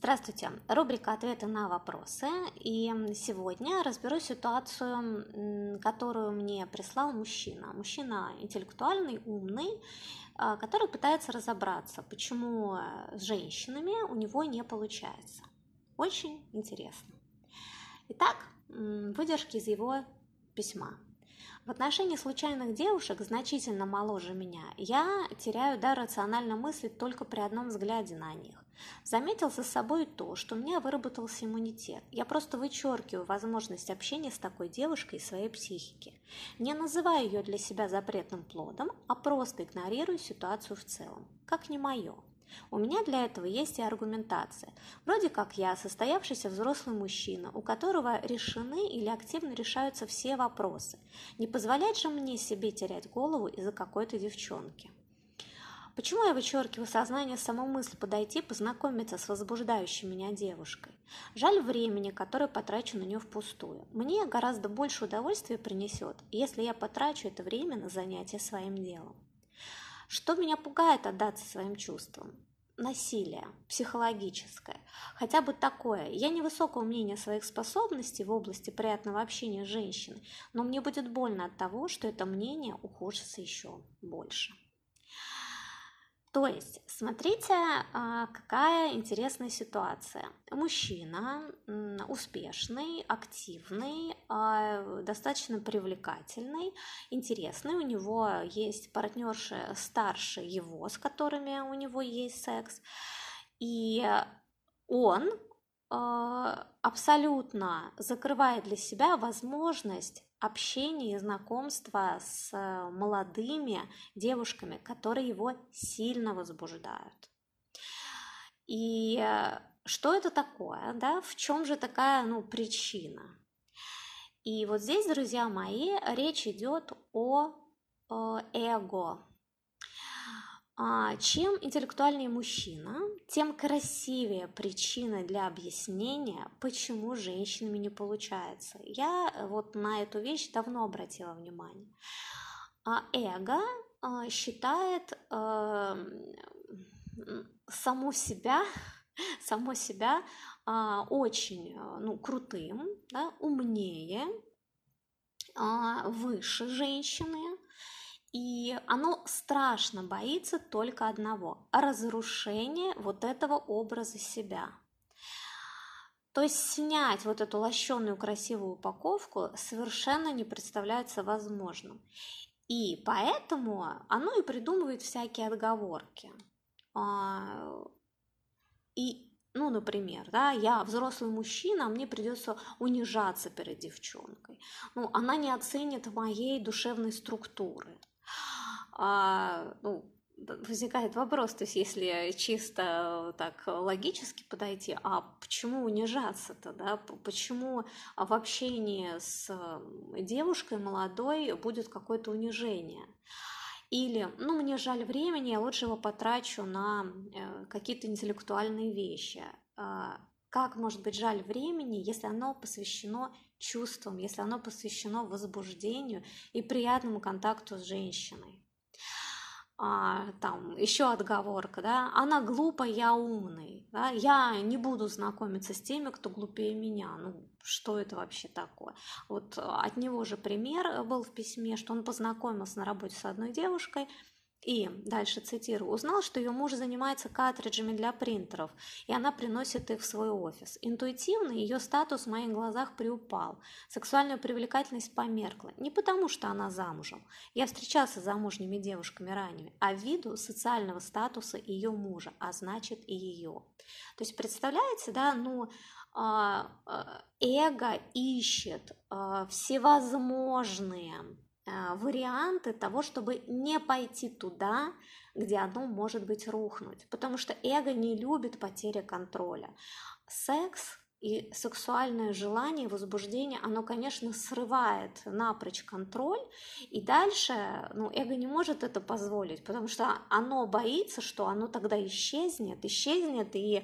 Здравствуйте, рубрика «Ответы на вопросы». И сегодня разберу ситуацию, которую мне прислал мужчина. Мужчина интеллектуальный, умный, который пытается разобраться, почему с женщинами у него не получается. Очень интересно. Итак, выдержки из его письма. В отношении случайных девушек, значительно моложе меня, я теряю дар рационально мыслить только при одном взгляде на них. Заметил за собой то, что у меня выработался иммунитет. Я просто вычеркиваю возможность общения с такой девушкой из своей психики. Не называю ее для себя запретным плодом, а просто игнорирую ситуацию в целом, как не мое. У меня для этого есть и аргументация. Вроде как я состоявшийся взрослый мужчина, у которого решены или активно решаются все вопросы. Не позволять же мне себе терять голову из-за какой-то девчонки. Почему я вычеркиваю сознание саму мысль подойти, познакомиться с возбуждающей меня девушкой? Жаль времени, которое потрачу на нее впустую. Мне гораздо больше удовольствия принесет, если я потрачу это время на занятие своим делом. Что меня пугает отдаться своим чувствам? Насилие, психологическое, хотя бы такое. Я невысокого мнения своих способностей в области приятного общения с женщиной, но мне будет больно от того, что это мнение ухудшится еще больше. То есть, смотрите, какая интересная ситуация. Мужчина успешный, активный, достаточно привлекательный, интересный. У него есть партнерши старше его, с которыми у него есть секс. И он абсолютно закрывает для себя возможность общения и знакомства с молодыми девушками, которые его сильно возбуждают. И что это такое, да? В чем же такая, причина? И вот здесь, друзья мои, речь идет о эго. Чем интеллектуальнее мужчина, тем красивее причина для объяснения, почему с женщинами не получается. Я вот на эту вещь давно обратила внимание. Эго считает само себя очень крутым, да, умнее, выше женщины. И оно страшно боится только одного – разрушения вот этого образа себя. То есть снять вот эту лощеную красивую упаковку совершенно не представляется возможным. И поэтому оно и придумывает всякие отговорки. Например, да, я взрослый мужчина, а мне придется унижаться перед девчонкой. Она не оценит моей душевной структуры. Возникает вопрос, то есть если чисто так логически подойти, а почему унижаться-то, да? Почему в общении с девушкой молодой будет какое-то унижение? Или, мне жаль времени, я лучше его потрачу на какие-то интеллектуальные вещи. Как может быть жаль времени, если оно посвящено чувствам, если оно посвящено возбуждению и приятному контакту с женщиной? Еще отговорка, да, она глупая, я умный, да? Я не буду знакомиться с теми, кто глупее меня, что это вообще такое? Вот от него же пример был в письме, что он познакомился на работе с одной девушкой, и, дальше цитирую, узнал, что ее муж занимается картриджами для принтеров, и она приносит их в свой офис. Интуитивно ее статус в моих глазах приупал, сексуальная привлекательность померкла. Не потому, что она замужем. Я встречался с замужними девушками ранее, а ввиду социального статуса ее мужа, а значит и ее. То есть, представляете, да, эго ищет всевозможные варианты того, чтобы не пойти туда, где оно может быть рухнуть. Потому что эго не любит потери контроля. Секс и сексуальное желание, возбуждение, оно, конечно, срывает напрочь контроль, и дальше эго не может это позволить, потому что оно боится, что оно тогда исчезнет, и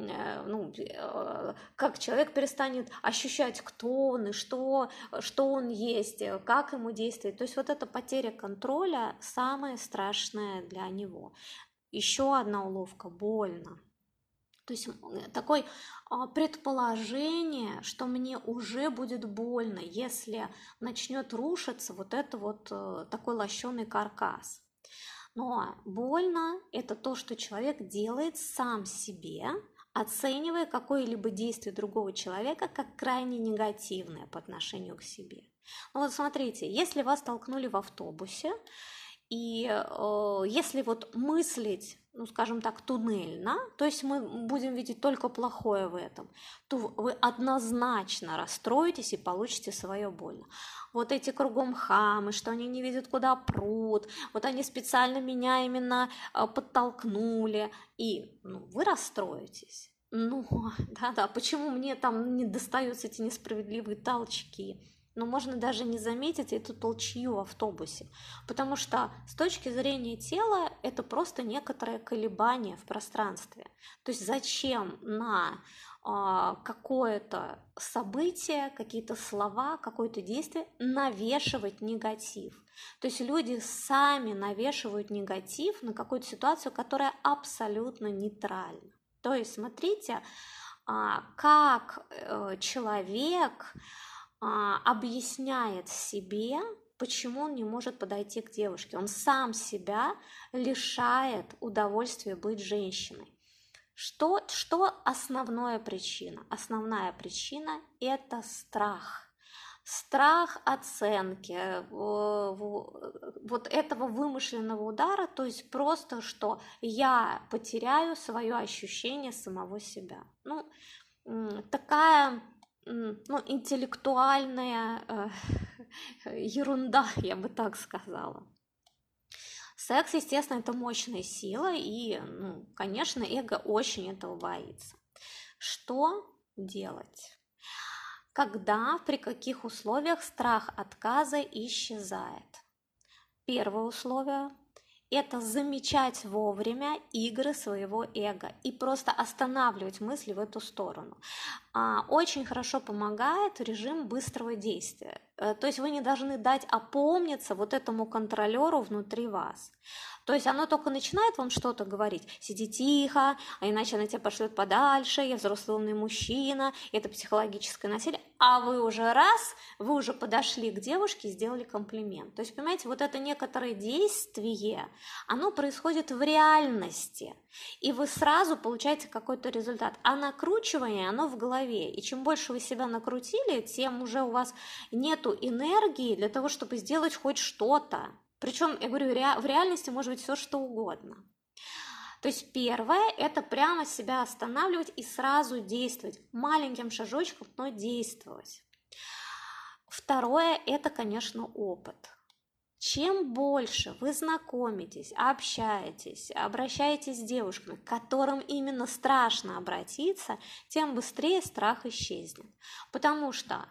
как человек перестанет ощущать, кто он и что он есть, как ему действовать. То есть вот эта потеря контроля самое страшное для него. Еще одна уловка – больно. То есть такое предположение, что мне уже будет больно, если начнет рушиться вот это вот такой лощеный каркас. Но больно – это то, что человек делает сам себе, оценивая какое-либо действие другого человека как крайне негативное по отношению к себе. Ну вот смотрите, если вас толкнули в автобусе, и если вот мыслить, ну скажем так, туннельно, то есть мы будем видеть только плохое в этом, то вы однозначно расстроитесь и получите свое больно. Вот эти кругом хамы, что они не видят, куда прут, вот они специально меня именно подтолкнули, и вы расстроитесь. Да-да, почему мне там не достаются эти несправедливые толчки? Но можно даже не заметить эту толчью в автобусе, потому что с точки зрения тела это просто некоторое колебание в пространстве. То есть зачем на какое-то событие, какие-то слова, какое-то действие навешивать негатив? То есть люди сами навешивают негатив на какую-то ситуацию, которая абсолютно нейтральна. То есть смотрите, как человек объясняет себе, почему он не может подойти к девушке. Он сам себя лишает удовольствия быть женщиной. Что основная причина? Основная причина – это страх. Страх оценки, вот этого вымышленного удара, то есть просто, что я потеряю свое ощущение самого себя. Такая интеллектуальная ерунда, я бы так сказала. Секс, естественно, это мощная сила, и, конечно, эго очень этого боится. Что делать? Когда, при каких условиях страх отказа исчезает? Первое условие – это замечать вовремя игры своего эго и просто останавливать мысли в эту сторону. Очень хорошо помогает режим быстрого действия. То есть вы не должны дать опомниться вот этому контролеру внутри вас. То есть оно только начинает вам что-то говорить, сиди тихо, а иначе она тебя пошлет подальше, я взрослый умный мужчина, это психологическое насилие, а вы уже подошли к девушке и сделали комплимент. То есть, понимаете, вот это некоторое действие, оно происходит в реальности, и вы сразу получаете какой-то результат. А накручивание, оно в голове, и чем больше вы себя накрутили, тем уже у вас нету энергии для того, чтобы сделать хоть что-то. Причем, я говорю, в реальности может быть все что угодно. То есть первое – это прямо себя останавливать и сразу действовать. Маленьким шажочком, но действовать. Второе – это, конечно, опыт. Чем больше вы знакомитесь, общаетесь, обращаетесь с девушками, к которым именно страшно обратиться, тем быстрее страх исчезнет. Потому что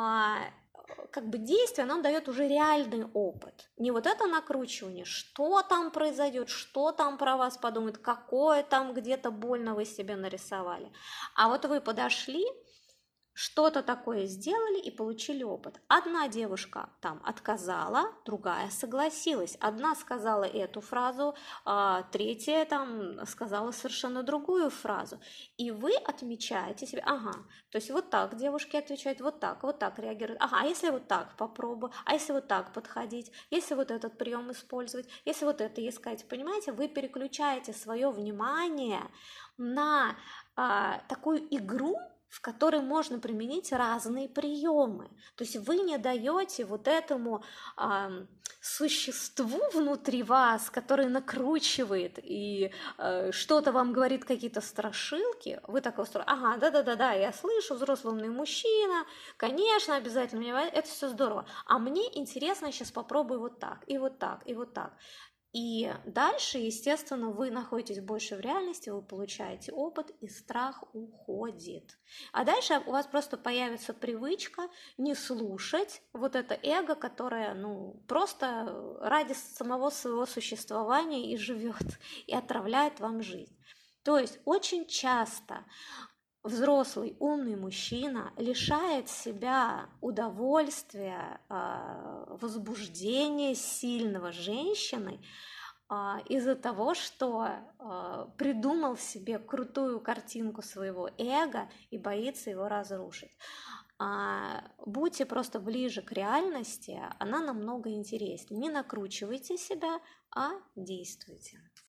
действие нам дает уже реальный опыт. Не вот это накручивание, что там произойдет, что там про вас подумают, какое там где-то больно вы себе нарисовали. А вот вы подошли, что-то такое сделали и получили опыт. Одна девушка там отказала, другая согласилась. Одна сказала эту фразу, третья там сказала совершенно другую фразу. И вы отмечаете себе, то есть вот так девушки отвечают, вот так реагируют. А если вот так попробую, а если вот так подходить, если вот этот прием использовать, если вот это искать, понимаете, вы переключаете свое внимание на такую игру, в которой можно применить разные приемы. То есть вы не даете вот этому существу внутри вас, которое накручивает и что-то вам говорит, какие-то страшилки, вы такой устроили, да, я слышу, взрослый умный мужчина, конечно, обязательно, мне это все здорово, а мне интересно, сейчас попробую вот так, и вот так, и вот так. И дальше, естественно, вы находитесь больше в реальности, вы получаете опыт, и страх уходит. А дальше у вас просто появится привычка не слушать вот это эго, которое, просто ради самого своего существования и живет, и отравляет вам жизнь. То есть очень часто взрослый умный мужчина лишает себя удовольствия, возбуждения сильного женщиной из-за того, что придумал себе крутую картинку своего эго и боится его разрушить. Будьте просто ближе к реальности, она намного интереснее. Не накручивайте себя, а действуйте.